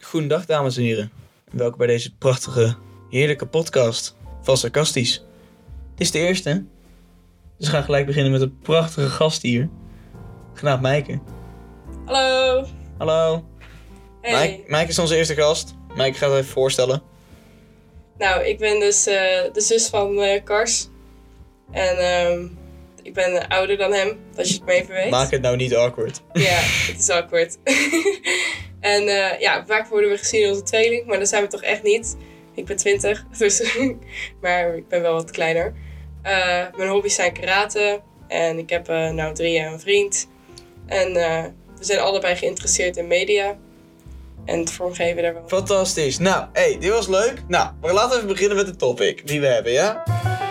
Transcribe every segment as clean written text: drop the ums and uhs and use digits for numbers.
Goedendag dames en heren. Welkom bij deze prachtige, heerlijke podcast van Sarcastisch. Dit is de eerste. Dus we gaan gelijk beginnen met een prachtige gast hier. Genaamd Maaike. Hallo. Hallo. Hey. Maaike is onze eerste gast. Maaike gaat het even voorstellen. Nou, ik ben dus de zus van Kars. En ik ben ouder dan hem, als je het maar even weet. Maak het nou niet awkward. Ja, het is awkward. En vaak worden we gezien als een tweeling, maar dat zijn we toch echt niet. Ik ben 20, dus maar ik ben wel wat kleiner. Mijn hobby's zijn karate. En ik heb 3 jaar een vriend. En we zijn allebei geïnteresseerd in media. En het vormgeven daarvan. Fantastisch. Nou, dit was leuk. Nou, maar laten we even beginnen met de topic die we hebben, ja?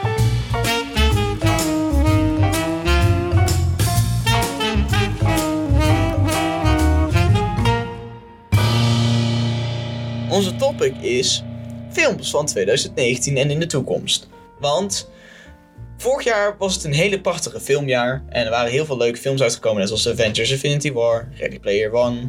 Onze topic is films van 2019 en in de toekomst. Want vorig jaar was het een hele prachtige filmjaar. En er waren heel veel leuke films uitgekomen. Net zoals Avengers Infinity War, Ready Player One.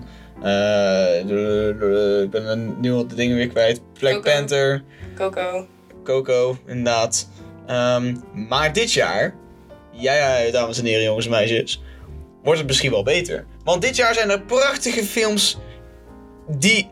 Ik ben nu al de dingen weer kwijt. Black Panther. Coco, inderdaad. Maar dit jaar, ja, dames en heren, jongens en meisjes, wordt het misschien wel beter. Want dit jaar zijn er prachtige films die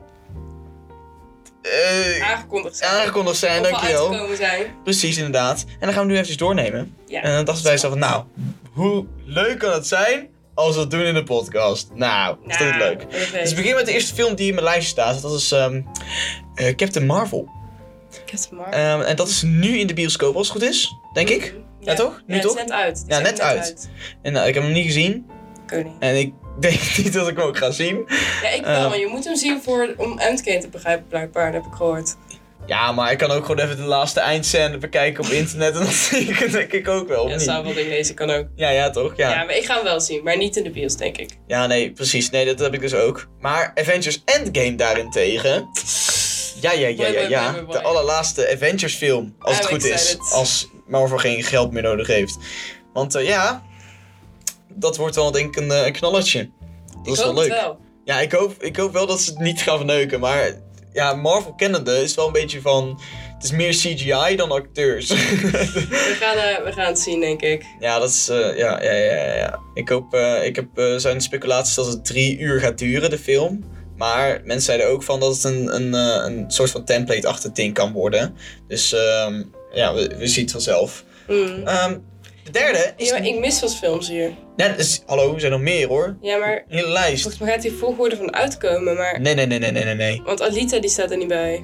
aangekondigd zijn, dankjewel. Uitgekomen zijn. Precies, inderdaad. En dan gaan we nu even doornemen. Ja. En dan dachten wij zo van, hoe leuk kan het zijn als we dat doen in de podcast? Nou, is dat niet leuk? Dus we beginnen met de eerste film die in mijn lijstje staat. Dat is Captain Marvel. En dat is nu in de bioscoop als het goed is, denk ik. Ja, toch? Nu toch? Het is net uit. Ja, net uit. En ik heb hem niet gezien. En ik denk niet dat ik hem ook ga zien. Ja, ik wel, maar je moet hem zien om Endgame te begrijpen, blijkbaar, dat heb ik gehoord. Ja, maar ik kan ook gewoon even de laatste eindscène bekijken op internet en dan zie ik het denk ik ook wel. Ja, dat zou wel ding lezen, kan ook. Ja, toch? Ja, maar ik ga hem wel zien, maar niet in de bios, denk ik. Ja, nee, precies. Nee, dat heb ik dus ook. Maar Avengers Endgame daarentegen. Ja. De allerlaatste Avengers film, als het goed is. Als Marvel geen geld meer nodig heeft. Want dat wordt wel denk ik een knalletje. Dat is wel leuk. Wel. Ja, ik hoop wel dat ze het niet gaan verneuken, maar ja, Marvel kennende is wel een beetje van, het is meer CGI dan acteurs. We gaan het zien, denk ik. Ja, dat is, ja. Ik heb zijn speculaties dat het 3 uur gaat duren, de film. Maar mensen zeiden ook van dat het een soort van template-achtig ding kan worden. Dus we zien het vanzelf. De derde is... Ja, maar ik mis wat films hier. Ja, hallo, er zijn nog meer hoor. Ja, maar... Een hele lijst. Volgens mij gaat die volgorde van uitkomen, maar... Nee. Want Alita, die staat er niet bij.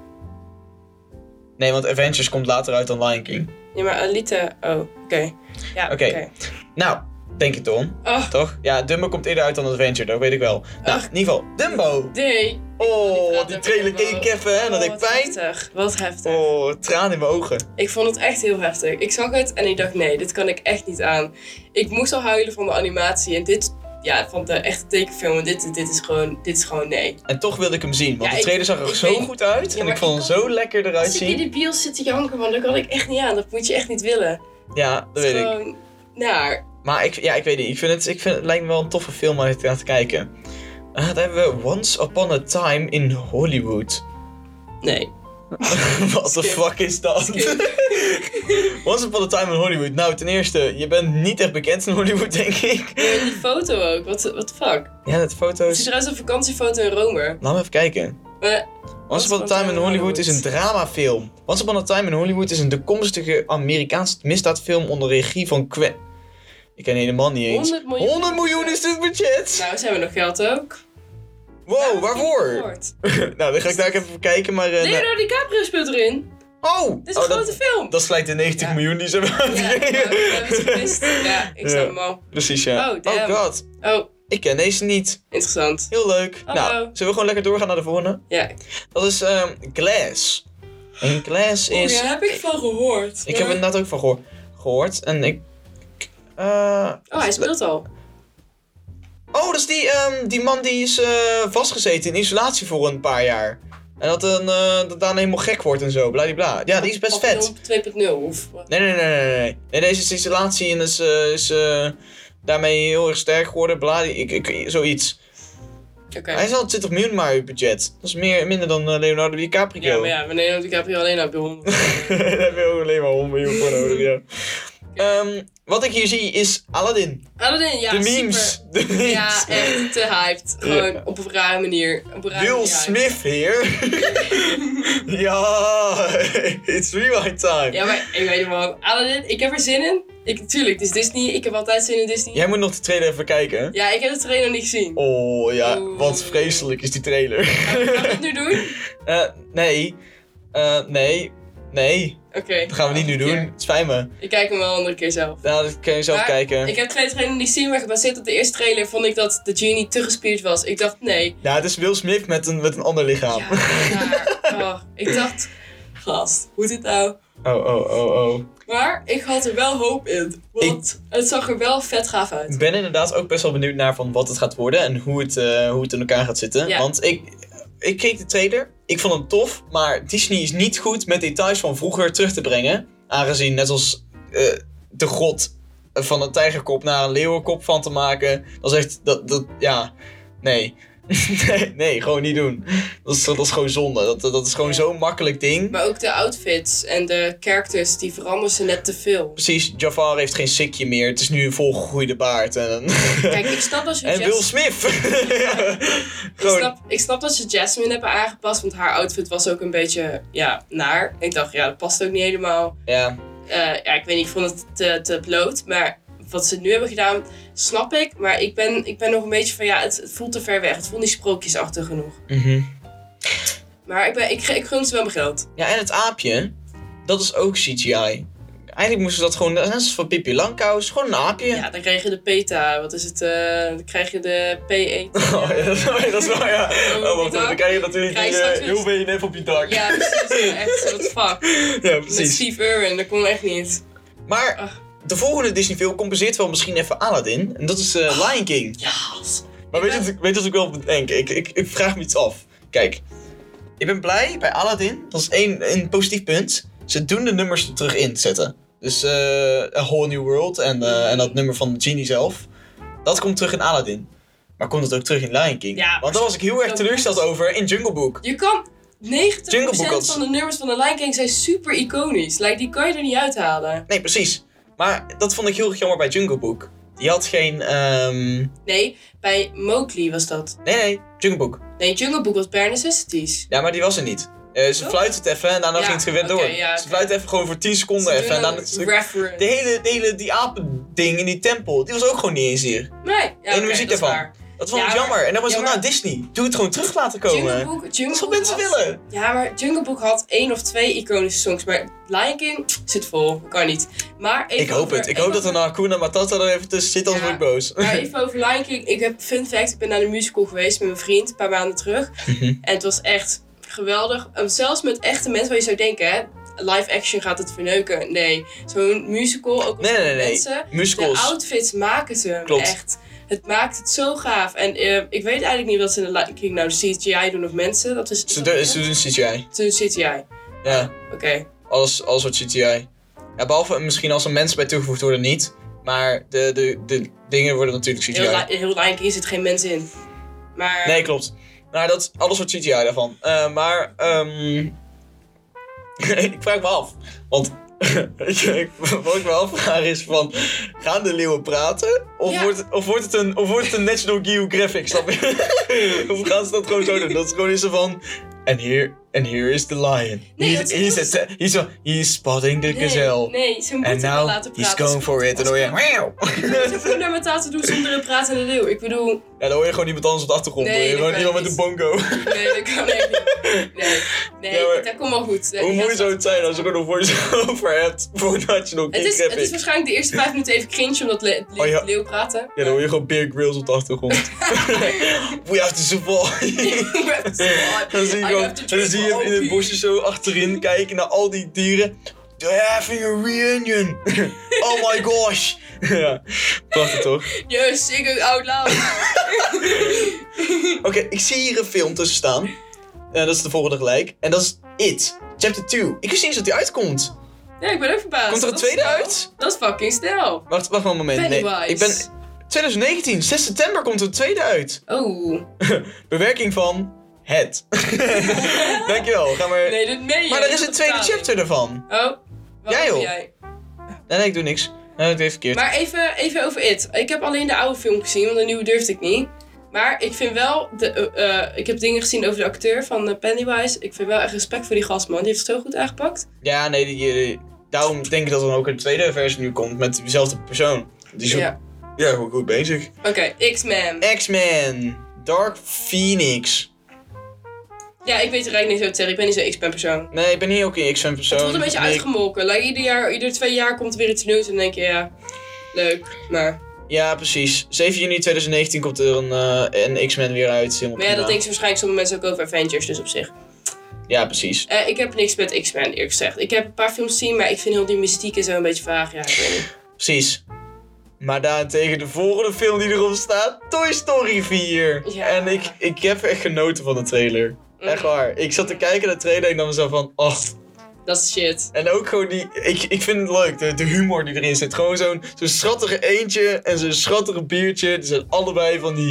Nee, want Avengers komt later uit dan Lion King. Ja, maar Alita... Oh, oké. Ja, oké. Nou, denk ik dan. Oh. Toch? Ja, Dumbo komt eerder uit dan Adventure, dat weet ik wel. Nou, in ieder geval, Dumbo. Nee. Oh, die trailer keek ik even, hè. Dat deed pijn. Wat heftig. Oh, tranen in mijn ogen. Ik vond het echt heel heftig. Ik zag het en ik dacht, nee, dit kan ik echt niet aan. Ik moest al huilen van de animatie en dit... Ja, van de echte tekenfilm. En dit is gewoon nee. En toch wilde ik hem zien, want de trailer zag er zo goed uit. En ik vond hem zo lekker eruit zien. Als ik in de bios zit te janken, want dat kan ik echt niet aan. Dat moet je echt niet willen. Ja, dat weet ik. Gewoon naar. Maar ik weet niet. Ik vind het lijkt me wel een toffe film om aan te kijken. Dan hebben we Once Upon a Time in Hollywood. Nee. What the fuck is dat? Once Upon a Time in Hollywood. Nou, ten eerste, je bent niet echt bekend in Hollywood, denk ik. Ja, die foto ook. What the fuck? Ja, dat foto's... Het ziet eruit als een vakantiefoto in Rome. Laat me even kijken. Once Upon a Time in Hollywood is een dramafilm. Once Upon a Time in Hollywood is een toekomstige Amerikaanse misdaadfilm onder regie van Ik ken helemaal niet eens. 100 miljoen is het budget! Nou, ze hebben nog geld ook. Wow, waarvoor? Nou, dan ga ik daar even voor kijken, maar... Leonardo DiCaprio speelt erin. Oh! Dit is een grote film. Dat is gelijk de 90 miljoen die ze hebben uitgegeven. Ja, ik snap hem al. Precies, ja. Oh god. Oh. Ik ken deze niet. Interessant. Heel leuk. Hallo. Nou, zullen we gewoon lekker doorgaan naar de volgende? Ja. Dat is Glass. En Glass is... Oh, daar heb ik van gehoord. Ik heb er inderdaad ook van gehoord. En ik... hij speelt al. Oh, dat is die man die is vastgezeten in isolatie voor een paar jaar. En dat daarna helemaal gek wordt en zo, bladibla. Ja, die is best vet. 2.0 of wat? Nee. Nee, deze is isolatie en is daarmee heel erg sterk geworden, zoiets. Oké. Hij is al 20 miljoen maar budget. Dat is minder dan Leonardo DiCaprio. Ja, maar Leonardo DiCaprio alleen heb je 100 Daar heb je ook alleen maar 100 miljoen voor nodig, ja. Wat ik hier zie is Aladdin. Aladdin, ja, de memes. super. De memes. Ja, echt te hyped. Gewoon op een rare manier. Will Smith hier. Ja, it's rewind time. Ja, maar ik weet niet man. Aladdin, ik heb er zin in. Tuurlijk, het is Disney. Ik heb altijd zin in Disney. Jij moet nog de trailer even kijken. Ja, ik heb de trailer nog niet gezien. Oh ja, wat vreselijk is die trailer. Gaan we het nu doen? Nee. Oké. Dat gaan we niet nu doen. Het spijt me. Ik kijk hem wel een andere keer zelf. Ja, dat kun je zelf kijken. Ik heb de tweede trailer niet gezien, maar gebaseerd op de eerste trailer vond ik dat de genie te gespierd was. Ik dacht, nee. Ja, het is Will Smith met een ander lichaam. Ja, ik dacht, gast, hoe dit nou? Oh. Maar ik had er wel hoop in, want het zag er wel vet gaaf uit. Ik ben inderdaad ook best wel benieuwd naar van wat het gaat worden en hoe het in elkaar gaat zitten. Ja. Want ik keek de trailer, ik vond hem tof, maar Disney is niet goed met details van vroeger terug te brengen. Aangezien net als de god van een tijgerkop naar een leeuwenkop van te maken. Dat is echt, nee. nee, gewoon niet doen. Dat is gewoon zonde. Dat is gewoon zo'n makkelijk ding. Maar ook de outfits en de characters, die veranderen ze net te veel. Precies, Jafar heeft geen sikje meer. Het is nu een volgegroeide baard. Kijk, ik snap dat ze en Will Smith! Ik snap dat ze Jasmine hebben aangepast, want haar outfit was ook een beetje, naar. Ik dacht, dat past ook niet helemaal. Ja. Ik weet niet, ik vond het te bloot, maar wat ze nu hebben gedaan, snap ik. Maar ik ben nog een beetje van, het voelt te ver weg. Het voelt niet sprookjesachtig genoeg. Maar ik gun ze wel mijn geld. Ja, en het aapje, dat is ook CGI. Eigenlijk moesten ze dat gewoon, net als van Pippi Langkous, gewoon een aapje. Ja, dan krijg je de PETA, wat is het, dan krijg je de P1. Dat is wel, ja. Want dan krijg je natuurlijk heel veel nef op je dak. Ja, precies, echt, what the fuck. Ja, precies. Met Steve Irwin, dat kon echt niet. Maar de volgende Disney film compenseert wel misschien even Aladdin. En dat is Lion King. Ja. Maar weet je wat ik wel bedenk? Ik vraag me iets af. Kijk, ik ben blij bij Aladdin. Dat is één positief punt. Ze doen de nummers er terug in zetten. Dus A Whole New World en dat nummer van de genie zelf. Dat komt terug in Aladdin. Maar komt het ook terug in Lion King? Ja, want daar was ik heel erg teleurgesteld over in Jungle Book. Je kan 90% van de nummers van de Lion King zijn super iconisch. Die kan je er niet uithalen. Nee, precies. Maar dat vond ik heel erg jammer bij Jungle Book. Die had geen... Nee, bij Mowgli was dat. Nee, Jungle Book. Nee, Jungle Book was Bare Necessities. Ja, maar die was er niet. Ze fluit het even en daarna ging het gewend door. Ze fluit even gewoon voor 10 seconden even. En daarna de hele die apending in die tempel, die was ook gewoon niet eens hier. Nee, en de muziek daarvan. Dat vond ik jammer. En dan was van, Disney, doe het gewoon terug laten komen. Dat is wat mensen willen. Ja, maar Jungle Book had 1 of 2 iconische songs. Maar Lion King zit vol. Kan niet. Maar even ik hoop het. Ik hoop dat er nou Hakuna Matata er even tussen zit, anders word ik boos. Maar even over Lion King. Ik heb fun fact. Ik ben naar de musical geweest met mijn vriend. Een paar maanden terug. En het was echt geweldig. Zelfs met echte mensen waar je zou denken, live action gaat het verneuken. Nee. Zo'n musical, ook als mensen. Musicals. De outfits maken ze Klopt. echt. Het maakt het zo gaaf. En ik weet eigenlijk niet wat ze in de Lion King nou de CGI doen of mensen. Ze doen CGI. Ze doen CGI. Ja. Oké. Alles wordt CGI. Ja, behalve misschien als er mensen bij toegevoegd worden niet. Maar de dingen worden natuurlijk CGI. Heel Lion King zit geen mensen in. Maar... Nee, klopt. Maar alles wordt CGI daarvan. Ik vraag me af. Want wat ik me afvraag is van, gaan de leeuwen praten? Of wordt het een National Geographic, snap je? Of gaan ze dat gewoon zo doen? Dat is gewoon zo van, and here is the lion. Nee, he's spotting the gazelle. Nee, ze moeten wel laten praten. He's going for it. En dan hoor je... Ze moeten naar mijn te doen zonder een pratende leeuw. Ik bedoel... Ja, dan hoor je gewoon iemand anders op de achtergrond. Nee, hoor je gewoon iemand met een bongo. Nee, dat kan echt niet. Nee, dat komt wel goed. Hoe mooi zou het zijn als je gewoon een voice-over hebt voor een National Geographic? Het is waarschijnlijk de eerste 5 minuten even cringe omdat leeuw praten. Ja, dan hoor je gewoon Bear Grylls op de achtergrond. We have to survive. Dan zie je hem in het bosje zo achterin kijken naar al die dieren. They're having a reunion. Oh my gosh. Ja, prachtig toch? You're singing out loud. Oké, ik zie hier een film tussen staan. Dat is de volgende gelijk. En dat is It, Chapter 2. Ik wist niet eens dat die uitkomt. Ja, ik ben ook verbaasd. Komt er een tweede uit? Dat is fucking snel. Wacht een moment. Pennywise. Nee, 2019, 6 september komt er een tweede uit. Oh. Bewerking van het. Dankjewel. Gaan we... Nee, dat meen je. Maar er is een tweede chapter ervan. Oh, wat doe jij? Nee, ik doe niks. Nee, dat is verkeerd. Maar even over It. Ik heb alleen de oude film gezien, want de nieuwe durfde ik niet. Maar ik vind wel... ik heb dingen gezien over de acteur van Pennywise. Ik vind wel echt respect voor die gast, man. Die heeft het zo goed aangepakt. Ja, nee, daarom denk ik dat er dan ook een tweede versie nu komt met dezelfde persoon. Die is gewoon goed bezig. Oké, X-Men. X-Men. Dark Phoenix. Ja, ik weet er eigenlijk niet zo te zeggen. Ik ben niet zo'n X-Men persoon. Nee, ik ben niet ook een X-Men persoon. Het wordt een beetje uitgemolken. Like, ieder 2 jaar komt er weer iets nieuws en dan denk je, ja, leuk, maar... Ja, precies. 7 juni 2019 komt er een X-Men weer uit. Maar ja, dat denken ze waarschijnlijk sommige mensen ook over Avengers, dus op zich. Ja, precies. Ik heb niks met X-Men, eerlijk gezegd. Ik heb een paar films gezien, maar ik vind heel die mystiek en zo een beetje vaag. Ja, ik weet niet. Precies. Maar daarentegen de volgende film die erop staat, Toy Story 4. Ja. En ik heb echt genoten van de trailer. Echt waar. Ik zat te kijken naar de trailer en dan mezelf van, oh. Dat is shit. En ook gewoon ik vind het leuk, de humor die erin zit. Gewoon zo'n schattige eendje en zo'n schattige biertje. Die zijn allebei van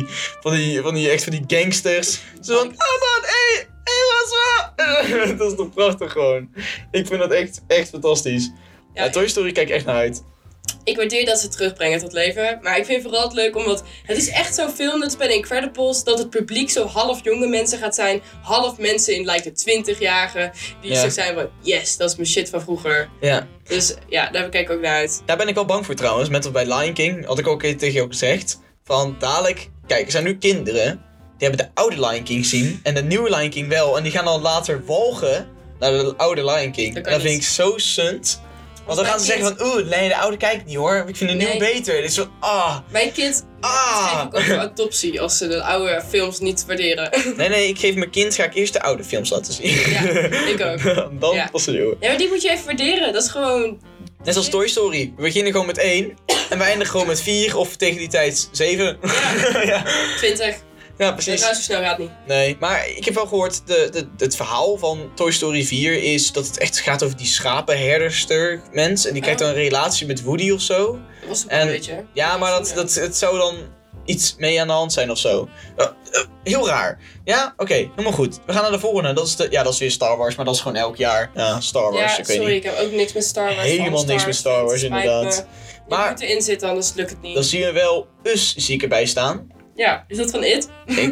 die gangsters. Zo van, oh man, hey, wat zo? Dat is toch prachtig gewoon. Ik vind dat echt fantastisch. Ja, Toy Story kijk ik echt naar uit. Ik waardeer dat ze het terugbrengen tot leven. Maar ik vind vooral het leuk omdat... Het is echt zo'n film, net als bij de Incredibles... dat het publiek zo half jonge mensen gaat zijn... half mensen in de 20-jarigen... die zo zijn van... Yes, dat is mijn shit van vroeger. Ja. Dus ja, daar kijk ik ook naar uit. Daar ben ik wel bang voor trouwens. Net als bij Lion King. Had ik ook tegen jou gezegd. Van dadelijk... Kijk, er zijn nu kinderen... die hebben de oude Lion King gezien... en de nieuwe Lion King wel. En die gaan dan later walgen... naar de oude Lion King. En dat vind ik zo sunt... Want dan gaan ze zeggen van, nee, de oude kijk ik niet hoor. Ik vind de nieuwe beter. Het is zo, Mijn kind geef ik ook voor adoptie als ze de oude films niet waarderen. Nee, ik geef mijn kind, ga ik eerst de oude films laten zien. Ja, ik ook. Dan pas de nieuwe. Ja, maar die moet je even waarderen. Dat is gewoon... Net als Toy Story. We beginnen gewoon met 1 en we eindigen gewoon met 4 of tegen die tijd 7. Ja, 20. Ja, precies. Zo snel gaat het niet. Nee, maar ik heb wel gehoord, het verhaal van Toy Story 4 is dat het echt gaat over die schapenherderster mens. En die krijgt dan een relatie met Woody of zo. Dat was ook een beetje. Ja, maar het zou dan iets mee aan de hand zijn of zo. Heel raar. Ja, oké, helemaal goed. We gaan naar de volgende. Dat is weer Star Wars, maar dat is gewoon elk jaar. Ja, Star Wars, ja, sorry, ik heb ook niks met Star Wars. Helemaal niks met Star Wars, inderdaad. Maar je moet erin zitten, anders lukt het niet. Dan zien we wel zie ik erbij staan. Ja, is dat van It?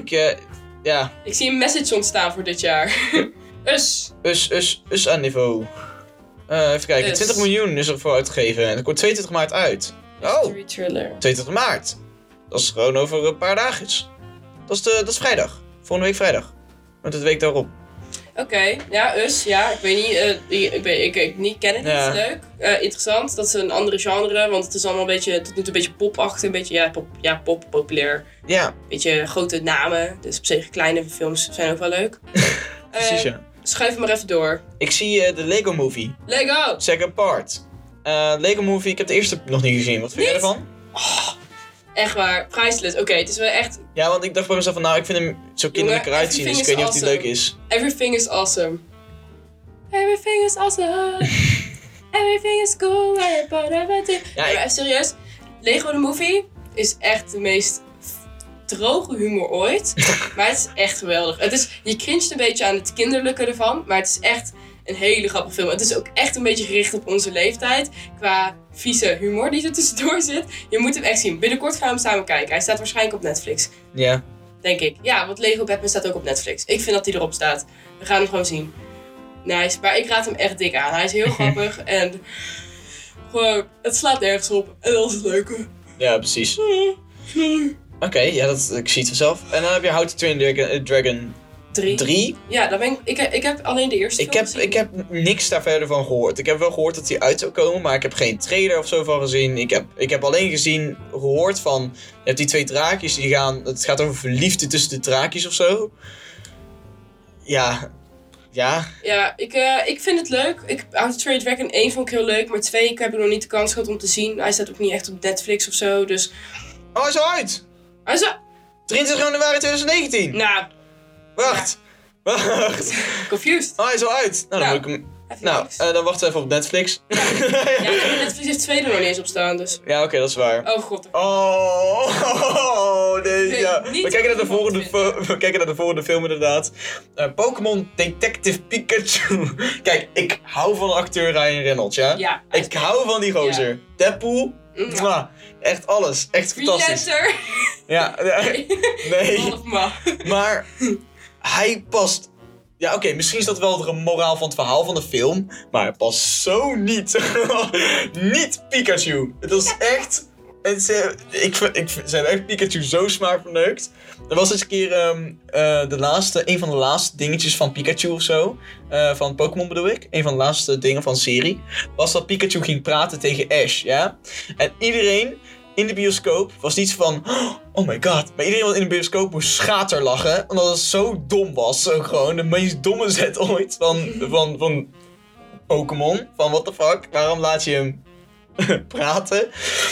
Ja. Ik zie een message ontstaan voor dit jaar. Us aan niveau. Even kijken, 20 miljoen is er voor uitgegeven en het komt 22 maart uit. Mystery Thriller. 22 maart. Dat is gewoon over een paar dagen. Dat is vrijdag. Volgende week vrijdag. Want het week daarop. Oké, ja, ik weet niet, ik ken het niet, het is leuk. Interessant, dat is een andere genre, want het is allemaal een beetje, het doet een beetje popachtig, een beetje, pop, populair. Ja. Een beetje grote namen, dus op zich kleine films zijn ook wel leuk. Precies, ja. Schuif maar even door. Ik zie de Lego Movie. Lego! Second part. Lego Movie, ik heb de eerste nog niet gezien, wat vind jij ervan? Oh, echt waar, prijsless. Oké, het is wel echt... Ja, want ik dacht bij mezelf van, ik vind hem zo kinderlijk eruit zien, dus ik weet niet of hij leuk is. Everything is awesome. Everything is awesome. Everything is cool. Ja, maar serieus, Lego the Movie is echt de meest droge humor ooit. Maar het is echt geweldig. Je cringet een beetje aan het kinderlijke ervan, maar het is echt een hele grappige film. Het is ook echt een beetje gericht op onze leeftijd. Qua vieze humor die er tussendoor zit. Je moet hem echt zien. Binnenkort gaan we hem samen kijken. Hij staat waarschijnlijk op Netflix. Ja. Denk ik. Ja, want Lego Batman staat ook op Netflix. Ik vind dat hij erop staat. We gaan hem gewoon zien. Nice. Maar ik raad hem echt dik aan. Hij is heel grappig. En gewoon, het slaat nergens op. En dat is het leuke. Ja, precies. Oké, ja, ik zie het vanzelf. En dan heb je How to Train Dragon 3. Ja, dan ik heb alleen de eerste film gezien. Ik heb niks daar verder van gehoord. Ik heb wel gehoord dat hij uit zou komen, maar ik heb geen trailer of zo van gezien. Ik heb alleen gehoord van... Je hebt die 2 draakjes die gaan... Het gaat over verliefde tussen de draakjes of zo. Ja. Ja. Ja, ik vind het leuk. How to Train Dragon 1 vond ik heel leuk, maar 2 heb ik nog niet de kans gehad om te zien. Hij staat ook niet echt op Netflix of zo, dus... Oh, hij is al uit! Hij is al... 23 januari 2019! Nou... Wacht! Confused. Oh, hij is al uit. Nou, dan moet ik hem Nou, dan wachten we even op Netflix. Ja, Netflix heeft 2 er nog niet eens op staan, dus... Ja, oké, dat is waar. Oh god. Nee, ja. We kijken naar de volgende film inderdaad. Pokémon Detective Pikachu. Kijk, ik hou van de acteur Ryan Reynolds, ja? Ja. Ik hou van die gozer. Ja. Deadpool. Echt alles. Echt fantastisch. Ja, nee. Maar hij past... Ja, oké, misschien is dat wel de moraal van het verhaal van de film. Maar hij past zo niet. Niet Pikachu. Het was echt... Ze hebben echt Pikachu zo smaak verneukt. Er was eens een keer een van de laatste dingetjes van Pikachu of zo. Van Pokémon bedoel ik. Een van de laatste dingen van de serie. Was dat Pikachu ging praten tegen Ash, ja? En iedereen in de bioscoop was niet van... Oh my god. Maar iedereen in de bioscoop moest schaterlachen. Omdat het zo dom was. Ook gewoon de meest domme zet ooit van Pokémon. Van what the fuck. Waarom laat je hem praten?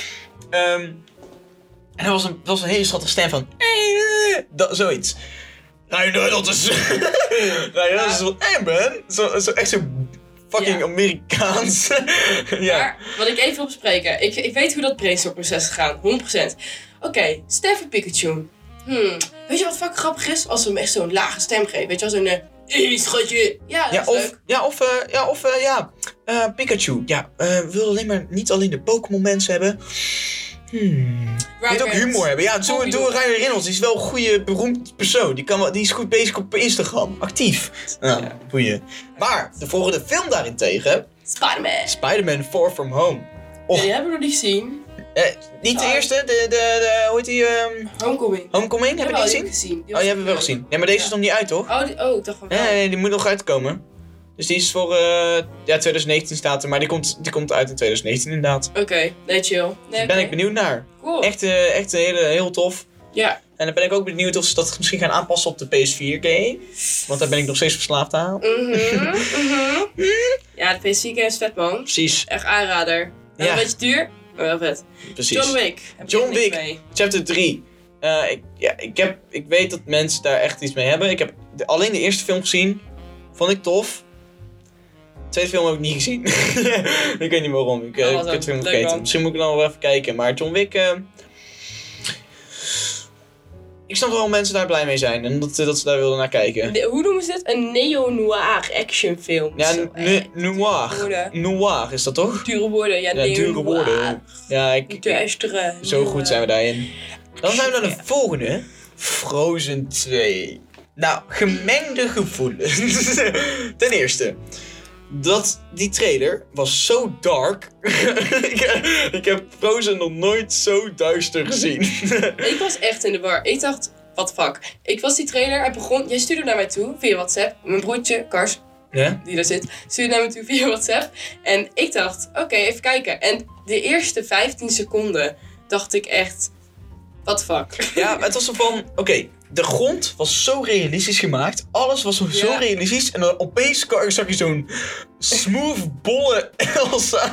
En er was een hele schattige stem van... zoiets. Ryan Reynolds is... Ryan Reynolds is van... Hey man. Echt zo fucking Amerikaans. Ja. Maar, wat ik even wil bespreken. Ik weet hoe dat brainstormproces gaat. 100%. Oké, stem van Pikachu. Weet je wat fucking grappig is? Als we hem echt zo'n lage stem geven. Weet je wel, zo'n... schatje. Ja, dat is leuk. Pikachu. Ja, we willen niet alleen de Pokémon mensen hebben. Je moet ook humor hebben. Ja, doe Ryan Reynolds. Die is wel een goede, beroemd persoon. Die is goed bezig op Instagram. Actief. Ja, goeie. Maar, de volgende film daarentegen... Spider-Man Far From Home. Die hebben we nog niet gezien. Niet de eerste, hoe heet die? Homecoming, heb je die gezien? Die hebben we wel gezien. Ja, maar deze is nog niet uit, toch? Ik dacht van wel. Nee, die moet nog uitkomen. Dus die is voor 2019 staat er, maar die komt uit in 2019 inderdaad. Oké, chill. Daar ben ik benieuwd naar. Cool. Echt heel tof. Ja. En dan ben ik ook benieuwd of ze dat misschien gaan aanpassen op de PS4-game. Want daar ben ik nog steeds verslaafd aan. Ja, de PS4-game is vet, man. Precies. Echt aanrader. Dat is een beetje duur, maar wel vet. Precies. John Wick. Chapter 3. Ik weet dat mensen daar echt iets mee hebben. Ik heb alleen de eerste film gezien. Vond ik tof. De tweede film heb ik niet gezien. Ik weet niet waarom. Ik heb het film vergeten. Misschien moet ik dan wel even kijken. Maar John Wick... ik snap wel mensen daar blij mee zijn. En dat ze daar wilden naar kijken. Hoe noemen ze dit? Een neo-noir actionfilm. Ja, noir. Noir is dat toch? Dure woorden. Ja, dure woorden. Ja, zo goed zijn we daarin. Dan zijn we naar de volgende. Frozen 2. Nou, gemengde gevoelens. Ten eerste, die trailer was zo dark. Ik heb Frozen nog nooit zo duister gezien. Ik was echt in de war. Ik dacht, what the fuck. Ik was die trailer, jij stuurde naar mij toe via WhatsApp. Mijn broertje, Kars, die daar zit, stuurde naar mij toe via WhatsApp. En ik dacht, oké, even kijken. En de eerste 15 seconden dacht ik echt, what the fuck. Ja, het was zo van, oké. De grond was zo realistisch gemaakt. Alles was zo realistisch. En dan opeens zag je zo'n smooth, bolle Elsa.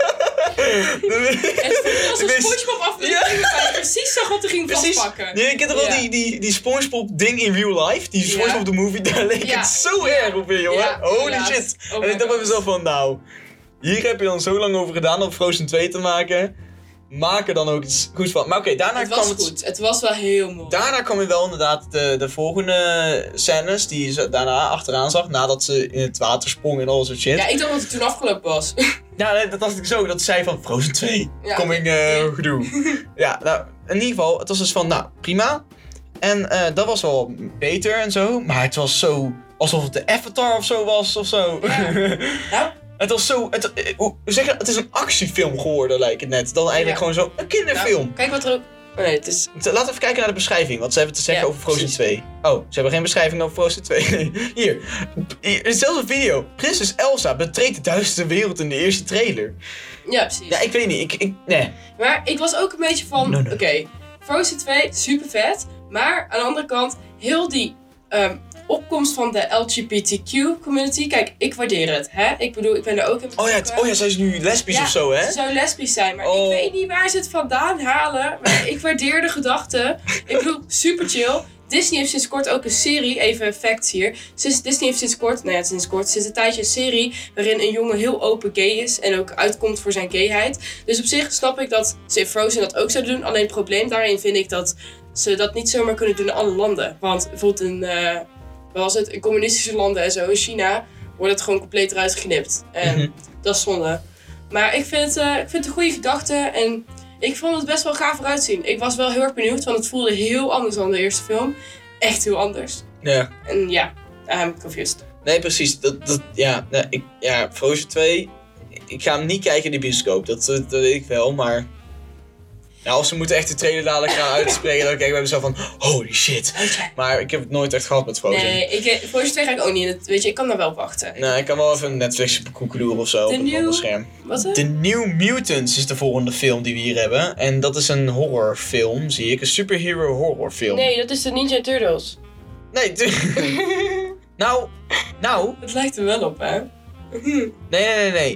Het voelde als een SpongeBob aflevering. Ja. Precies zag wat er ging vastpakken. Ja, ik ken toch wel die SpongeBob ding in real life? Die SpongeBob the movie, daar leek het zo erg op in, jongen. Ja, holy shit. En ik dacht bij mezelf van, nou, hier heb je dan zo lang over gedaan om Frozen 2 te maken. Maak er dan ook iets goeds van. Maar oké, daarna kwam het... goed. Het was wel heel mooi. Daarna kwam je wel inderdaad de volgende scènes die je daarna achteraan zag. Nadat ze in het water sprong en al soort shit. Ja, ik dacht dat het toen afgelopen was. Ja, dat dacht ik zo. Dat zei van Frozen 2. Ja, coming gedoe. Ja, nou, in ieder geval. Het was dus van, nou, prima. En dat was wel beter en zo. Maar het was zo... Alsof het de Avatar of zo was of zo. Ja. Nou... Het was zo... Het is een actiefilm geworden, lijkt het net. Dan eigenlijk gewoon zo een kinderfilm. Nou, kijk wat er ook... Oh nee, het is... Laten we even kijken naar de beschrijving. Wat ze hebben te zeggen over Frozen 2. Oh, ze hebben geen beschrijving over Frozen 2. Hier. Dezelfde video. Prinses Elsa betreedt de duistere wereld in de eerste trailer. Ja, precies. Ja, ik weet niet. Nee. Maar ik was ook een beetje van... Oké, Frozen 2, super vet. Maar aan de andere kant, heel die... opkomst van de LGBTQ community. Kijk, ik waardeer het, hè? Ik bedoel, ik ben er ook in betrokken. Oh ja, zij is nu lesbisch of zo, hè? Ze zou lesbisch zijn, maar ik weet niet waar ze het vandaan halen. Maar ik waardeer de gedachte. Ik bedoel, super chill. Disney heeft sinds kort ook een serie, even facts hier. Disney heeft sinds een tijdje een serie waarin een jongen heel open gay is en ook uitkomt voor zijn gayheid. Dus op zich snap ik dat ze in Frozen dat ook zouden doen. Alleen het probleem daarin vind ik dat ze dat niet zomaar kunnen doen in alle landen. Want bijvoorbeeld in communistische landen en zo, in China, wordt het gewoon compleet eruit geknipt. En dat is zonde. Maar ik vind het een goede gedachte en ik vond het best wel gaaf eruit zien. Ik was wel heel erg benieuwd, want het voelde heel anders dan de eerste film. Echt heel anders. Ja. En ja, I'm confused. Nee, precies. Frozen 2, ik ga hem niet kijken in de bioscoop. Dat weet ik wel, maar... Nou, als ze moeten echt de trailer dadelijk gaan uitspreken, dan kijken we zo van, holy shit. Maar ik heb het nooit echt gehad met Frozen. Nee, Frozen 2 ga ik ook niet. Weet je, ik kan daar wel op wachten. Nou, ik kan wel even Netflix koekeloeren of zo op het andere scherm. Wat is The New Mutants is de volgende film die we hier hebben. En dat is een horrorfilm, zie ik. Een superhero horrorfilm. Nee, dat is de Ninja Turtles. Nee, Nou. Het lijkt er wel op, hè? Nee.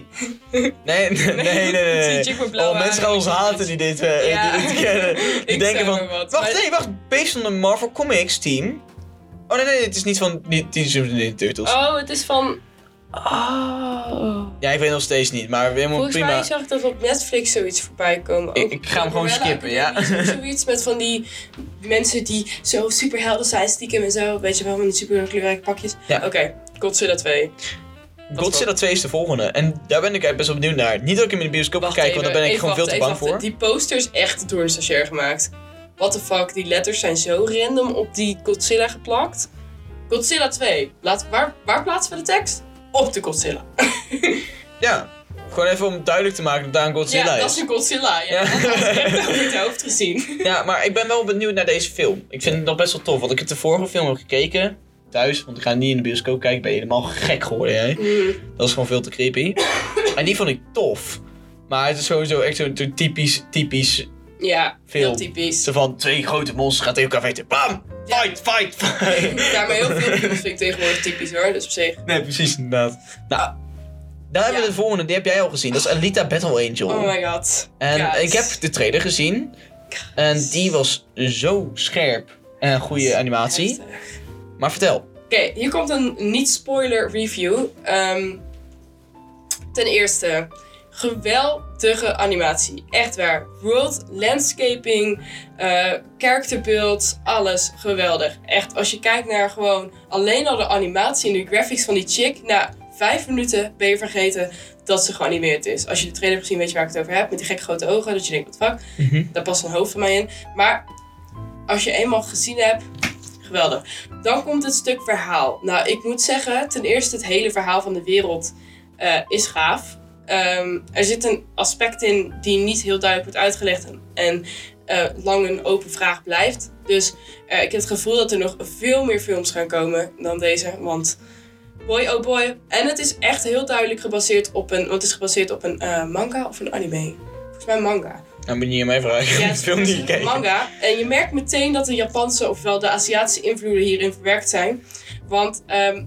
Mensen gaan ons haten die dit kennen. Die denken van, wacht, based on the Marvel Comics team. Oh nee, het is niet van Ninja Turtles. Oh, het is van... Oh. Ja, ik weet nog steeds niet, maar helemaal volgens prima. Volgens mij zag ik dat op Netflix zoiets voorbij komen. Ik ga hem gewoon skippen, ja. Zoiets met van die mensen die zo superhelden zijn, stiekem en zo. Weet je wel, met die super kleurrijke pakjes. Ja. Oké, Godzilla 2. Godzilla 2 is de volgende. En daar ben ik eigenlijk best wel benieuwd naar. Niet dat ik hem in de bioscoop ga kijken, want daar ben ik gewoon veel te bang voor. Die poster is echt door een stagiair gemaakt. What the fuck, die letters zijn zo random op die Godzilla geplakt. Godzilla 2. Waar plaatsen we de tekst? Op de Godzilla. Ja, gewoon even om duidelijk te maken dat daar een Godzilla is. Ja, dat is een Godzilla. Ja, dat had ik echt over het hoofd gezien. Ja, maar ik ben wel benieuwd naar deze film. Ik vind het nog best wel tof, want ik heb de vorige film ook gekeken. Thuis, want ik ga niet in de bioscoop kijken. Ik ben helemaal gek geworden, hè. Dat is gewoon veel te creepy. En die vond ik tof. Maar het is sowieso echt zo'n typisch ja, film. Heel typisch. Zo van 2 grote monsters gaan tegen elkaar vechten. Bam! Fight! Ja, maar heel veel films vind ik tegenwoordig typisch hoor, dus op zich. Nee, precies inderdaad. Nou, daar hebben we de volgende, die heb jij al gezien. Dat is Alita Battle Angel. Oh my god. En ik heb de trailer gezien. En die was zo scherp. En een goede animatie. Heftig. Maar vertel. Oké, hier komt een niet-spoiler review. Ten eerste, geweldige animatie. Echt waar. World, landscaping, character build, alles geweldig. Echt, als je kijkt naar gewoon alleen al de animatie en de graphics van die chick. Na 5 minuten ben je vergeten dat ze geanimeerd is. Als je de trailer hebt gezien, weet je waar ik het over heb. Met die gekke grote ogen, dat je denkt, wat fuck. Daar past een hoofd van mij in. Maar als je eenmaal gezien hebt... Geweldig. Dan komt het stuk verhaal. Nou, ik moet zeggen, ten eerste het hele verhaal van de wereld is gaaf. Er zit een aspect in die niet heel duidelijk wordt uitgelegd en lang een open vraag blijft. Dus ik heb het gevoel dat er nog veel meer films gaan komen dan deze. Want boy oh boy. En het is echt heel duidelijk gebaseerd op een manga of een anime. Volgens mij manga. Nou, moet je niet aan mij vragen. Ja, het film niet gekeken. Manga. En je merkt meteen dat de Japanse ofwel de Aziatische invloeden hierin verwerkt zijn. Want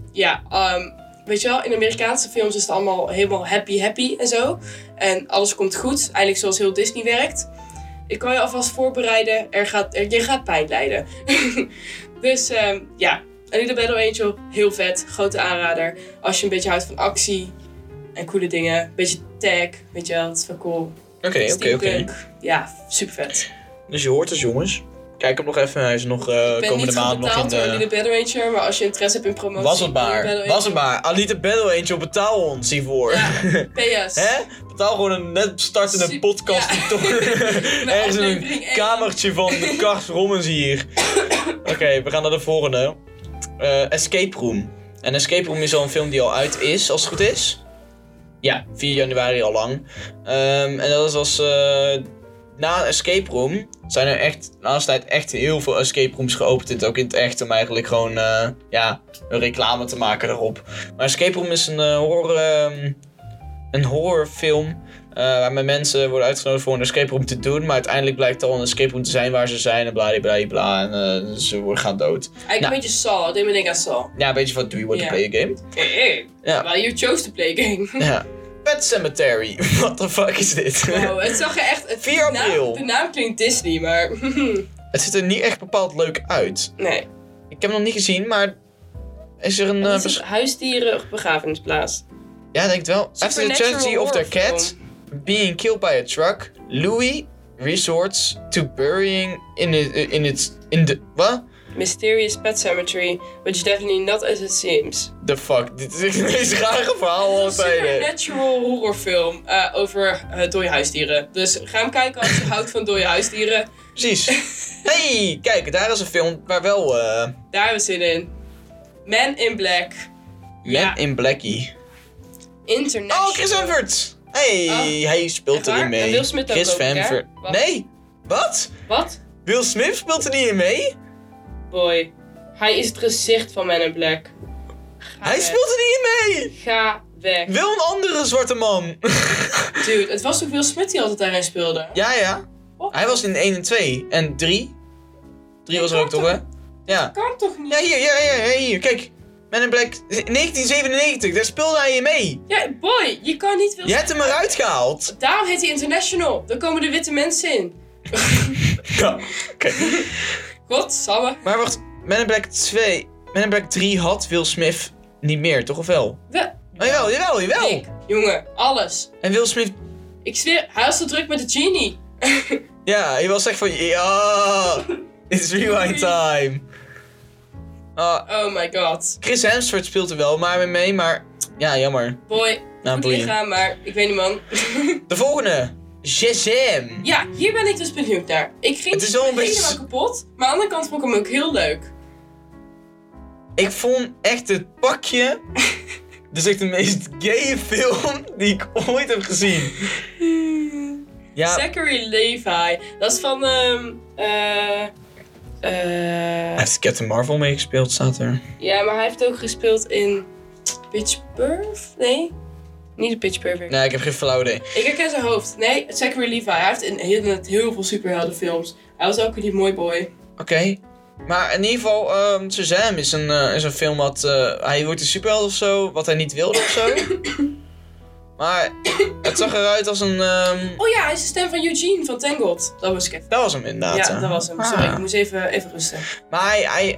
weet je wel, in Amerikaanse films is het allemaal helemaal happy en zo. En alles komt goed. Eigenlijk zoals heel Disney werkt. Ik kan je alvast voorbereiden. Je gaat pijn lijden. Dus ja. Alita Battle Angel, heel vet. Grote aanrader. Als je een beetje houdt van actie en coole dingen. Een beetje tag, weet je wel. Dat is wel cool. Oké. Ja, super vet. Dus je hoort het, jongens. Kijk hem nog even. Hij is nog komende maand nog in de... Ik ben niet Alita Battle Angel, maar als je interesse hebt in promotie... Was het maar. Alita Battle Angel, betaal ons hiervoor. Ja, PS. Hè? Betaal gewoon een net startende podcast die toch ergens in een kamertje van de Kars Rommens hier. Oké, we gaan naar de volgende. Escape Room. En Escape Room is al een film die al uit is, als het goed is. Ja, 4 januari al lang. En dat is als... na Escape Room zijn er echt de laatste tijd echt heel veel escape rooms geopend. Ook in het echt om eigenlijk gewoon een reclame te maken daarop. Maar Escape Room is een horrorfilm waarmee mensen worden uitgenodigd voor een escape room te doen. Maar uiteindelijk blijkt het al een escape room te zijn waar ze zijn en bladibladibla. En ze gaan dood. Eigenlijk een beetje Saw, dat deed me denken aan Saw. Ja, een beetje van, do you want to play a game? Ja. Well, you chose to play a game. Ja. Pet Sematary. What the fuck is dit? Wow, het zag er echt... 4 april. De naam klinkt Disney, maar... Het ziet er niet echt bepaald leuk uit. Nee. Ik heb hem nog niet gezien, maar... Is er een... Is het huisdierenbegrafenisplaats? Ja, denk ik wel. After the tragedy of their cat being killed by a truck, Louis resorts to burying in the... Wat? Mysterious pet cemetery, which definitely not as it seems. The fuck? Dit is echt het meest rare verhaal al tijden. Een supernatural horrorfilm over dode huisdieren. Dus ga hem kijken als je houdt van dode huisdieren. Precies. Hey, kijk, daar is een film waar wel... Daar hebben we zin in. Man in Black. Man in Blackie. International. Oh, Chris Hemsworth! Hey, hij speelt erin mee. En Will Smith Chris ook, Hemsworth. Nee, wat? Wat? Will Smith speelt er niet in mee? Boy, hij is het gezicht van Man in Black. Hij speelt er niet in mee! Ga weg. Wil een andere zwarte man. Dude, het was toch Will Smith die altijd daarin speelde? Ja. Oh. Hij was in 1 en 2. En 3? 3 was er ook toch, hè? Ja. Dat kan toch niet? Ja, hier. Kijk. Man in Black 1997. Daar speelde hij in mee. Ja, boy, je kan niet Will Smith... Je hebt hem eruit gehaald. Daarom heet hij International. Dan komen de witte mensen in. Ja, oké. Godsamme. Maar wacht, Man in Black 3 had Will Smith niet meer, toch of wel? Jawel. Dick, jongen, alles. En Will Smith... Ik zweer, hij was zo druk met de genie. Ja, hij was echt van... Ja, it's rewind time. Oh my god. Chris Hemsworth speelt er wel maar mee, maar... Ja, jammer. Boy, goed lichaam, maar ik weet niet, man. De volgende. Shazam. Ja, hier ben ik dus benieuwd naar. Ik ging helemaal kapot, maar aan de andere kant vond ik hem ook heel leuk. Ik vond echt het pakje... Dus echt de meest gaye film die ik ooit heb gezien. Ja. Zachary Levi. Dat is van... Hij heeft Captain Marvel meegespeeld, staat er. Ja, maar hij heeft ook gespeeld in... Pitch Perfect? Nee? Niet de Pitch Perfect. Nee, ik heb geen flauw idee. Ik herken zijn hoofd. Nee, Zachary Levi. Hij heeft in heel veel superheldenfilms. Hij was ook die mooi boy. Oké. Maar in ieder geval, Shazam is een film wat... hij wordt een superheld of zo, wat hij niet wilde of zo. Maar het zag eruit als een... Oh ja, hij is de stem van Eugene van Tangled. Dat was ik even. Dat was hem inderdaad. Ja, dat was hem. Sorry, ik moest even rusten. Maar hij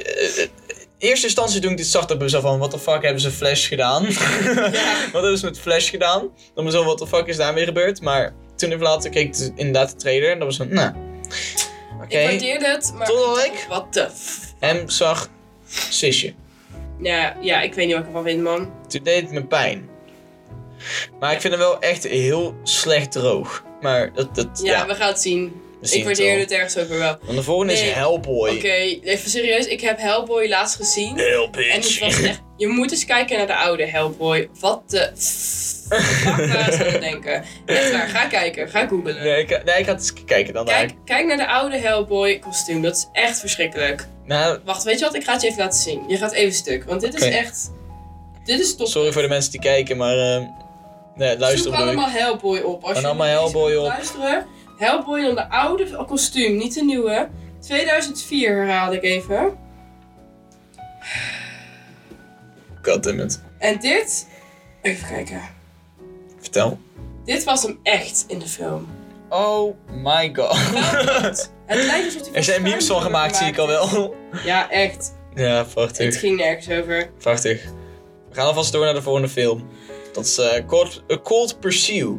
in eerste instantie toen ik dit zag, dacht ik zo van... What the fuck hebben ze Flash gedaan? Ja. Wat hebben ze met Flash gedaan? Dan me zo, what the fuck is daarmee gebeurd? Maar toen even later keek ik inderdaad de trailer en dat was van... Nou... Okay. Ik waardeerde het, maar... Totdat ik... Wat de hem zag... Sisje. Ja, ik weet niet wat ik ervan vind, man. Toen deed het me pijn. Maar ik vind hem wel echt heel slecht droog. Maar dat ja, we gaan het zien. Ik waardeerde het ergens ook weer wel. Want de volgende is Hellboy. Oké, even serieus. Ik heb Hellboy laatst gezien. Hellboy. En het was echt... Je moet eens kijken naar de oude Hellboy. Wat de... Fuck waar ze aan denken. Echt waar, ga kijken. Ga googlen. Nee, ik ga het eens kijken dan. Kijk naar de oude Hellboy kostuum. Dat is echt verschrikkelijk. Nou, wacht, weet je wat? Ik ga het je even laten zien. Je gaat even stuk. Want dit is echt... Dit is top. Sorry voor de mensen die kijken, maar... nee, luister. Zoek allemaal Hellboy op. Als je allemaal Hellboy op. Luisteren. Hellboy dan de oude kostuum, niet de nieuwe. 2004 herhaal ik even. Goddammit. En dit... Even kijken. Vertel. Dit was hem echt in de film. Oh my god. Het lijkt alsof hij... Er zijn memes van gemaakt, zie ik al wel. Ja, echt. Ja, prachtig. Het ging nergens over. Prachtig. We gaan alvast door naar de volgende film. Dat is Cold Pursuit.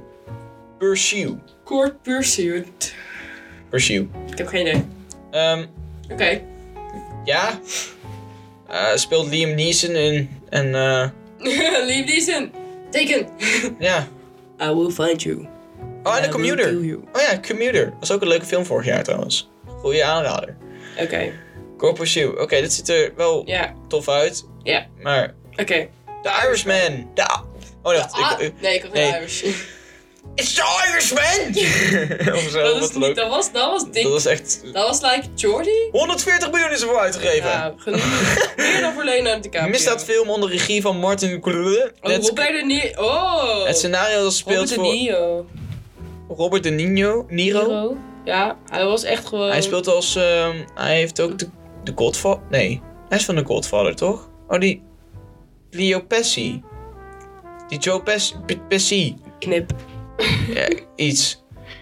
Cold Pursuit. Ik heb geen idee. Oké. Ja. Speelt Liam Neeson in. En Liam Neeson. Teken. Ja. I will find you. Oh, en The Commuter. Oh ja, Commuter. Dat was ook een leuke film vorig jaar trouwens. Goeie aanrader. Oké. Cold Pursuit. Oké, dit ziet er wel tof uit. Ja. Maar... Oké. The Irishman. Oh, wacht. Nee, ik had geen Irish. It's the Irishman! Of zo, dat was dik. Dat was echt... Dat was like Jordy? 140 miljoen is ervoor uitgegeven. Ja, genoeg. Meer dan voor Leonardo DiCaprio. Misdaadfilm onder regie van Martin Scorsese. Robert De Niro. Oh! Het scenario dat speelt voor... Robert De Niro. Ja, hij was echt gewoon... Hij speelt als... hij heeft ook de Godfather... Nee, hij is van de Godfather, toch? Oh, die... Leo Pesci. Die Joe Pesci. Knip. Ja, iets.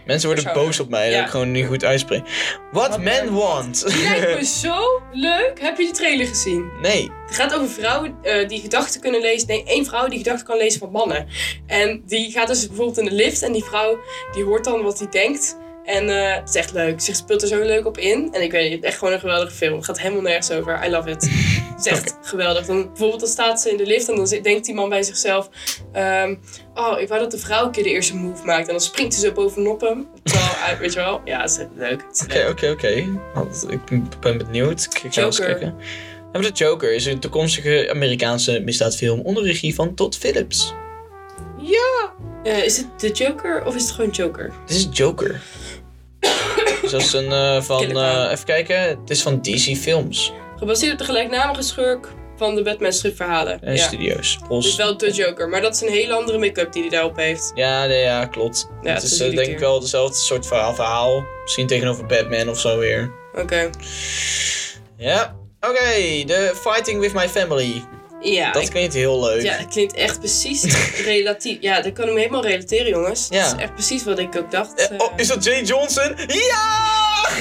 Mensen worden boos op mij dat ik gewoon niet goed uitspreek. What Men Want. Die lijkt me zo leuk. Heb je die trailer gezien? Nee. Het gaat over vrouwen die gedachten kunnen lezen. Nee, 1 vrouw die gedachten kan lezen van mannen. En die gaat dus bijvoorbeeld in de lift. En die vrouw die hoort dan wat hij denkt. En het is echt leuk. Ze speelt er zo leuk op in. En ik weet niet, echt gewoon een geweldige film. Het gaat helemaal nergens over. I love it. Het is echt geweldig. Bijvoorbeeld dan staat ze in de lift en dan denkt die man bij zichzelf... ik wou dat de vrouw een keer de eerste move maakt. En dan springt ze zo bovenop hem. Terwijl, weet je wel? Ja, het is leuk. Oké. Ik ben benieuwd. Ik ga eens kijken. En The Joker is een toekomstige Amerikaanse misdaadfilm onder regie van Todd Phillips. Ja! Is het The Joker of is het gewoon Joker? Dit is Joker. Dus dat is een van... even kijken. Het is van DC Films. Gebaseerd op de gelijknamige schurk van de Batman stripverhalen. Studios. Het is wel The Joker, maar dat is een hele andere make-up die hij daarop heeft. Ja, klopt. Ja, het is denk ik wel dezelfde soort verhaal. Misschien tegenover Batman of zo weer. Oké. Ja. Oké, The Fighting With My Family. Ja. Dat klinkt heel leuk. Ja, dat klinkt echt precies relatief. Ja, dat kan ik me helemaal relateren, jongens. Ja. Dat is echt precies wat ik ook dacht. Is dat Jane Johnson? Ja!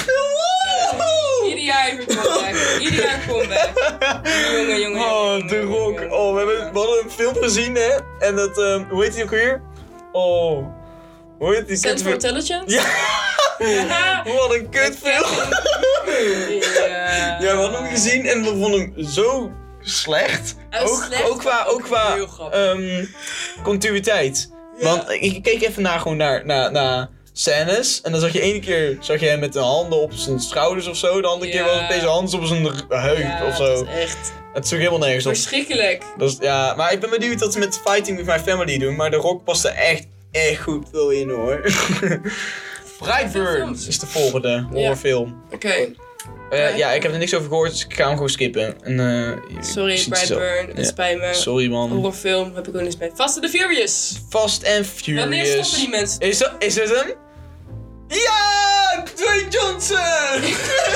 Ieder jaar even comeback. Ieder jaar comeback. Jongen. The Rock. We hadden een film gezien, hè? En dat, hoe heet die ook weer? Hoe heet die? Central Intelligence? Ja! Wat een kutfilm. Ja, we hadden hem gezien en we vonden hem zo slecht. Ook qua continuïteit. Ja. Want ik keek even naar scènes. En dan zag je ene keer hem met de handen op zijn schouders of zo. De andere keer was deze hand op zijn heup of zo. Dat is echt... Het is ook helemaal nergens op. Verschrikkelijk. Maar ik ben benieuwd wat ze met Fighting With My Family doen. Maar The Rock past er echt goed veel in, hoor. Brightburn is de volgende horrorfilm. Oké. Ik heb er niks over gehoord, dus ik ga hem gewoon skippen. Sorry, Brightburn, het spijt me. Sorry, man. Horrorfilm heb ik ook niks mee. Fast and Furious. Fast and Furious. Wanneer stoppen die mensen? Is het hem? Ja! Dwayne Johnson!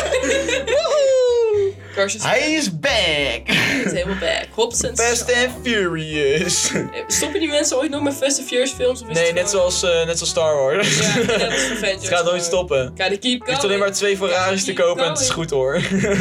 Hij is back! Hij is helemaal back. Hobson. Fast and Furious. Stoppen die mensen ooit nog met Fast and Furious films? Of is nee, net zoals Star Wars. Ja, net als Avengers. Het gaat nooit stoppen. Gotta keep going. Je hoeft alleen maar 2 Ferraris te kopen en het is goed, hoor.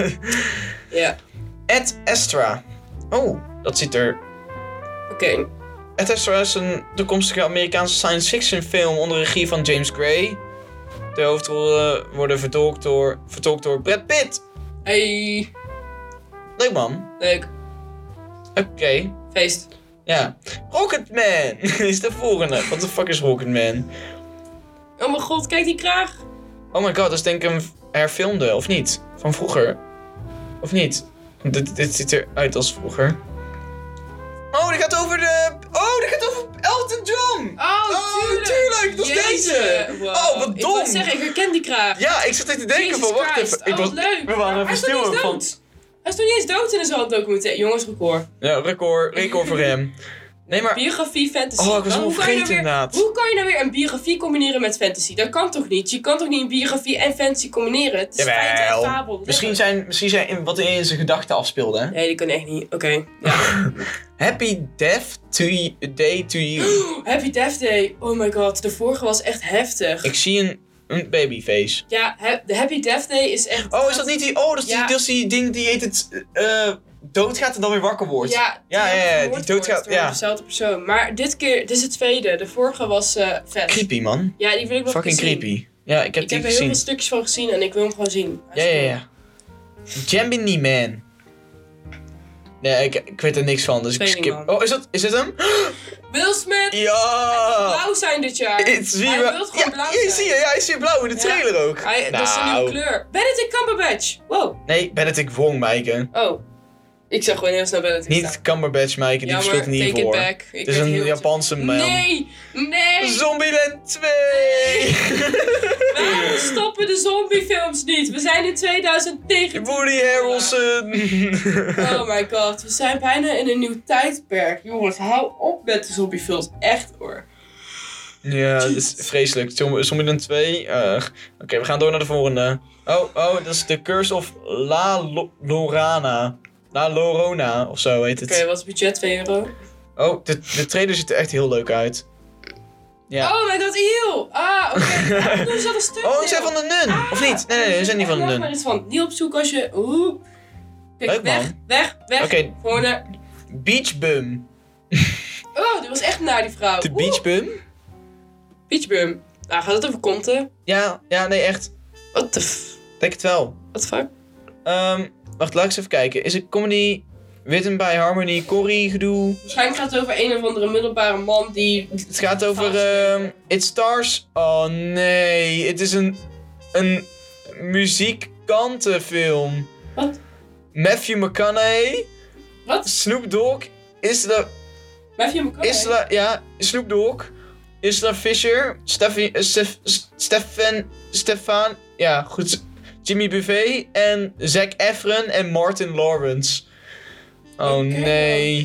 Ja. Ad Astra. Dat ziet er... Oké. Ad Astra is een toekomstige Amerikaanse science fiction film onder regie van James Gray. De hoofdrollen worden vertolkt door Brad Pitt. Hey. Leuk, man. Leuk. Oké. Feest. Ja. Rocketman is de volgende. What the fuck is Rocketman? Oh mijn god, kijk die kraag. Oh my god, dat is denk ik een herfilmde, of niet? Van vroeger. Of niet? Dit ziet eruit als vroeger. Dit gaat over Elton John! Tuurlijk! Dat is deze! Wow. Wat dom! Ik wou zeggen, ik herken die kraag. Ja, ik zat even te denken van, wacht even. Leuk! We waren even stil van... Hij is nog niet eens dood in een zo'n documentaire. Jongens, record. Ja, record voor hem. Nee, maar... Biografie, fantasy. Ik was helemaal vergeten inderdaad. Hoe kan je nou weer een biografie combineren met fantasy? Dat kan toch niet? Je kan toch niet een biografie en fantasy combineren? Het is feiten en fabel. Misschien zijn wat in zijn gedachten afspeelde, hè? Nee, die kan echt niet. Oké. Ja. Happy Death Day to You. Happy Death Day. Oh my god, de vorige was echt heftig. Ik zie een babyface. Ja, de Happy Death Day is echt... Is dat niet die... dat is die ding die heet het... doodgaat en dan weer wakker wordt. Ja, die doodgaat. Ja. Dezelfde persoon. Maar dit is het tweede. De vorige was vet. Creepy, man. Ja, die wil ik nog fucking zien. Creepy. Ja, ik heb die gezien. Ik heb er heel veel stukjes van gezien en ik wil hem gewoon zien. Ja. Gemini Man. Nee, ik weet er niks van, dus ik skip. Is het hem? Will Smith! Ja! Hij wil blauw zijn dit jaar. Hij wil gewoon blauw zijn. Hij is hier blauw in de trailer ook. Dat is een nieuwe kleur. Benedict Cumberbatch! Wow. Nee, Benedict Wong, Maaike. Ik zag gewoon heel snel Benedict Niet Cumberbatch, Maaike, die speelt niet take voor. It back. Het is een Japanse man. Nee! Zombieland 2! Waarom stoppen de zombiefilms niet? We zijn in 2019. Woody Harrelson! Oh my god, we zijn bijna in een nieuw tijdperk. Jongens, hou op met de zombiefilms. Echt hoor. Ja, dat is vreselijk. Zombieland 2. Oké, we gaan door naar de volgende. Dat is The Curse of La Llorona of zo heet het. Oké, wat is het budget? €2? De trailer ziet er echt heel leuk uit. Ja. Oh my god, eeuw! Ah, oké. Toen zat een stuk. Oh, ze zijn van de nun. Of niet? Nee, ze zijn niet van de nun. Maar iets van. Niet op zoek als je... Kijk, leuk, weg. Oké. Volgende. Beach Bum. Oh, die was echt naar die vrouw. De Beach Bum? Beach Bum. Nou, gaat het over konten? Ja, nee, echt. What the Denk het wel. What the fuck? Wacht, laat ik eens even kijken. Is het comedy, written by Harmony, Corrie, gedoe? Waarschijnlijk gaat het over een of andere middelbare man die... Het gaat over, It Stars... Oh nee, het is een muziekkantenfilm. Wat? Matthew McConaughey. Wat? Snoop Dogg. Matthew McConaughey? Ja, Snoop Dogg. Isla Fisher. Stefan... Ja, goed. Jimmy Buffet en Zac Efron en Martin Lawrence. Oh nee.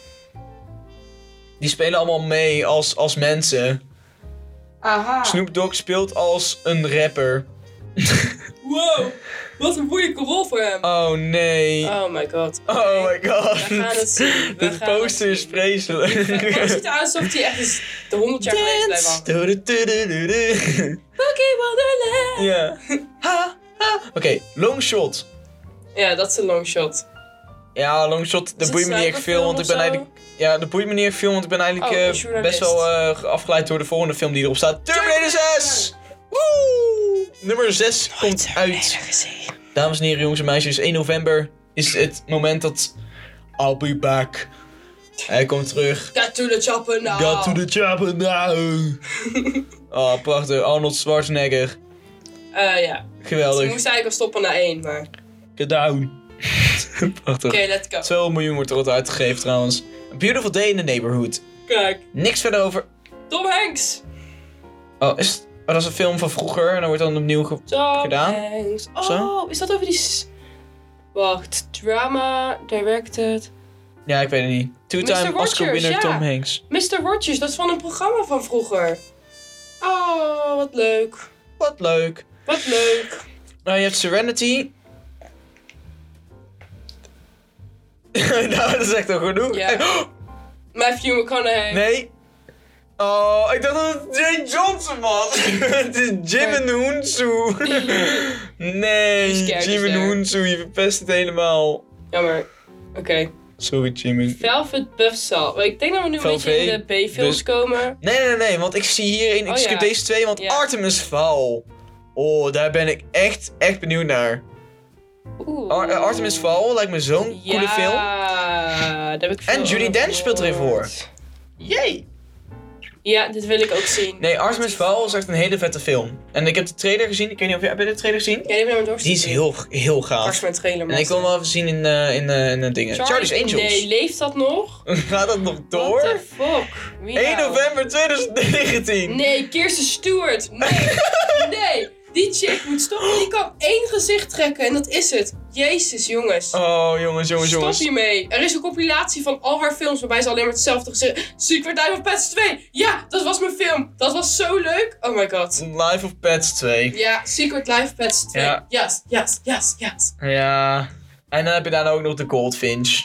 Die spelen allemaal mee als mensen. Aha. Snoop Dogg speelt als een rapper. Wow, wat een moeilijke rol voor hem. Oh nee. Oh my god. Oh my god. We gaan het zien. De poster is vreselijk. Het ziet eruit alsof hij echt is de 100 jaar geleden blijft hangen. Poké Wonderland. Ja. Oké, long shot. Ja, dat is een long shot. Ja, long shot, dat boeit me niet echt veel, want ik ben eigenlijk... Ja, dat boeit me niet echt veel, want ik ben eigenlijk best wel afgeleid door de volgende film die erop staat. Terminator 6! Woe! Nummer 6 komt uit. Dames en heren, jongens en meisjes, 1 november is het moment dat... I'll be back. Hij komt terug. Got to the chopper now. Got to the chopper now. Oh, prachtig. Arnold Schwarzenegger. Ja. Geweldig. Ze moest eigenlijk al stoppen na 1, maar... Gedaan. Prachtig. Oké, let's go. 2 miljoen wordt er al uitgegeven trouwens. A Beautiful Day in the Neighborhood. Kijk. Niks verder over. Tom Hanks. Oh, dat is een film van vroeger en dan wordt dan opnieuw gedaan. Hanks. Oh, zo? Is dat over die... Wacht. Drama, directed... Ja, ik weet het niet. Two-time Oscar winner Tom Hanks. Mr. Rogers, dat is van een programma van vroeger. Oh, wat leuk. Wat leuk. Wat leuk. Nou, je hebt Serenity. Nou, dat is echt al genoeg. Ja. Matthew McConaughey. Nee. Oh, ik dacht dat het Jane Johnson was. Het is Jim en Hoonsu. Nee, Jim en Hoonsu, je verpest het helemaal. Jammer. Oké. Sorry, Jim. Velvet Buzzsaw. Ik denk dat we nu een beetje in de B-films komen. Nee, want ik zie hierin, ik skip deze 2, want Artemis Fowl. Oh, daar ben ik echt benieuwd naar. Artemis Fowl lijkt me zo'n coole film. Ja, daar heb ik veel en Judi Dench speelt erin voor. Jee. Ja, dit wil ik ook zien. Nee, Artemis Fowl is echt een hele vette film. En ik heb de trailer gezien. Ik weet niet of jij de trailer gezien? Ja, die heb ik door. Die is heel gaaf. Mijn trailer, en ik wil hem wel even zien in dingen. Charlie's Angels. Nee, leeft dat nog? Gaat dat nog door? What the fuck? 1 november 2019. Nee, Kirsten Stewart. Nee. Die chick moet stoppen. Die kan 1 gezicht trekken en dat is het. Jezus, jongens. Oh, jongens. Stop hiermee. Er is een compilatie van al haar films waarbij ze alleen maar hetzelfde gezicht... Secret Life of Pets 2. Ja, dat was mijn film. Dat was zo leuk. Oh my god. Life of Pets 2. Ja, Secret Life of Pets 2. Ja. Yes. Ja. En dan heb je daarna ook nog de Goldfinch.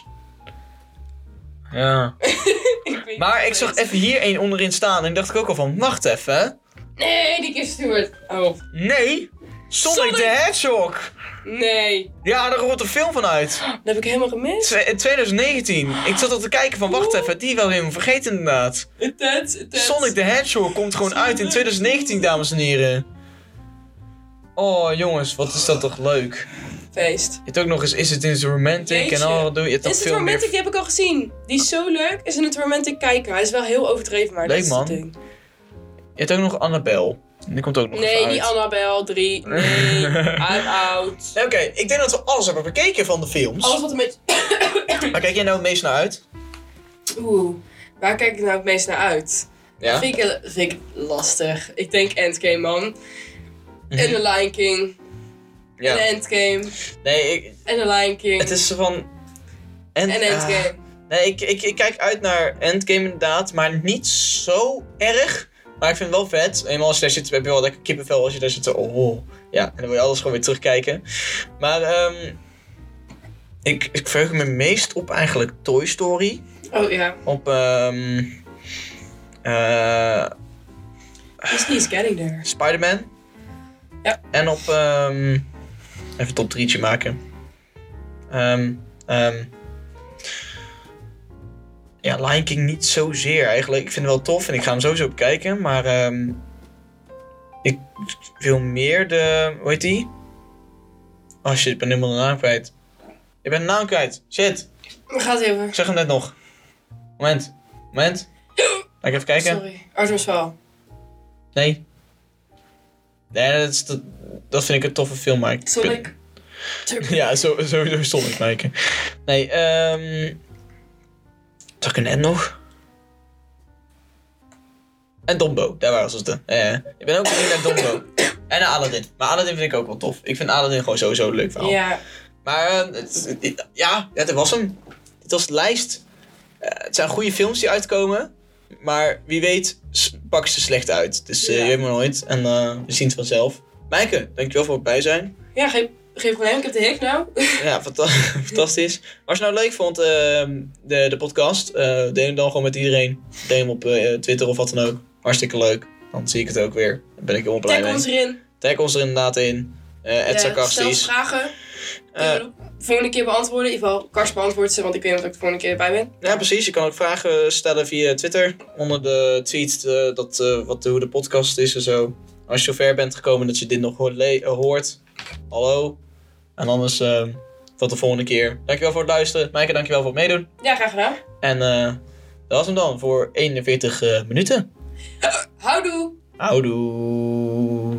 Ja. Maar ik zag even hier één onderin staan en dacht ik ook al van, wacht even. Nee, die Kirsten Stewart. Oh. Nee. Sonic the Hedgehog. Nee. Ja, daar wordt een film van uit. Dat heb ik helemaal gemist. 2019. Ik zat al te kijken van, wacht even, die wel helemaal vergeten inderdaad. Intens. Sonic the Hedgehog komt gewoon uit in 2019, dames en heren. Oh, jongens, wat is dat toch leuk. Feest. Je hebt ook nog eens Is It In The Romantic. Jeetje. En al doe je het Is It Romantic, die heb ik al gezien. Die is zo leuk. Is It Romantic kijken. Hij is wel heel overdreven, maar leuk, dat is man. het ding. Je hebt ook nog Annabelle. Die komt ook nog nee, uit. niet Annabelle 3. Nee, I'm out. Oké, ik denk dat we alles hebben bekeken van de films. Alles wat een beetje... Waar kijk jij nou het meest naar uit? Waar kijk ik nou het meest naar uit? Ja? Vind ik lastig. Ik denk Endgame, man. En The Lion King. Ja. En Endgame. Nee, en The Lion King. Het is van... En Endgame. Nee, ik kijk uit naar Endgame inderdaad, maar niet zo erg. Maar ik vind het wel vet. Eenmaal als je daar zit, heb je wel lekker kippenvel als je daar zit. Oh. Ja, en dan wil je alles gewoon weer terugkijken. Maar ik verheug me meest op eigenlijk Toy Story. Oh ja. Op He's getting there. Spider-Man. Ja. En op... even top 3'tje maken. Ja, Lion King niet zozeer eigenlijk. Ik vind het wel tof en ik ga hem sowieso bekijken. Maar ik wil meer de... Hoe heet die? Oh shit, ik ben helemaal de naam kwijt. Ik ben de naam kwijt. Shit. Gaat even. Ik zeg hem net nog. Moment. Laat ik even kijken. Sorry. Artemis Fowl. Nee, dat vind ik een toffe film, maar Sonic. Ja, sowieso Sonic maken. Nee, zag ik er net nog? En Dumbo, daar waren ze het. Ik ben ook benieuwd naar Dumbo. En naar Aladdin. Maar Aladdin vind ik ook wel tof. Ik vind Aladdin gewoon sowieso een leuk verhaal. Ja. Maar dat was hem. Dit was de lijst. Het zijn goede films die uitkomen. Maar wie weet pakken ze slecht uit. Dus je weet maar nooit. En we zien het vanzelf. Maaike, dankjewel voor het bij zijn. Ja, geen probleem. Ik heb de hik nou. Ja, fantastisch. Als je nou leuk vond de podcast, deel hem dan gewoon met iedereen. Deel hem op Twitter of wat dan ook. Hartstikke leuk. Dan zie ik het ook weer. Dan ben ik heel blij mee. Tag ons er inderdaad in. @sarcastisch. Stel vragen. Volgende keer beantwoorden. In ieder geval, Kars beantwoordt ze, want ik weet niet of ik de volgende keer erbij ben. Ja, precies. Je kan ook vragen stellen via Twitter. Onder de tweet hoe de podcast is en zo. Als je zover bent gekomen dat je dit nog hoort. Hallo. En anders tot de volgende keer. Dankjewel voor het luisteren. Maaike, dankjewel voor het meedoen. Ja, graag gedaan. En dat was hem dan voor 41 minuten. Houdoe. Houdoe.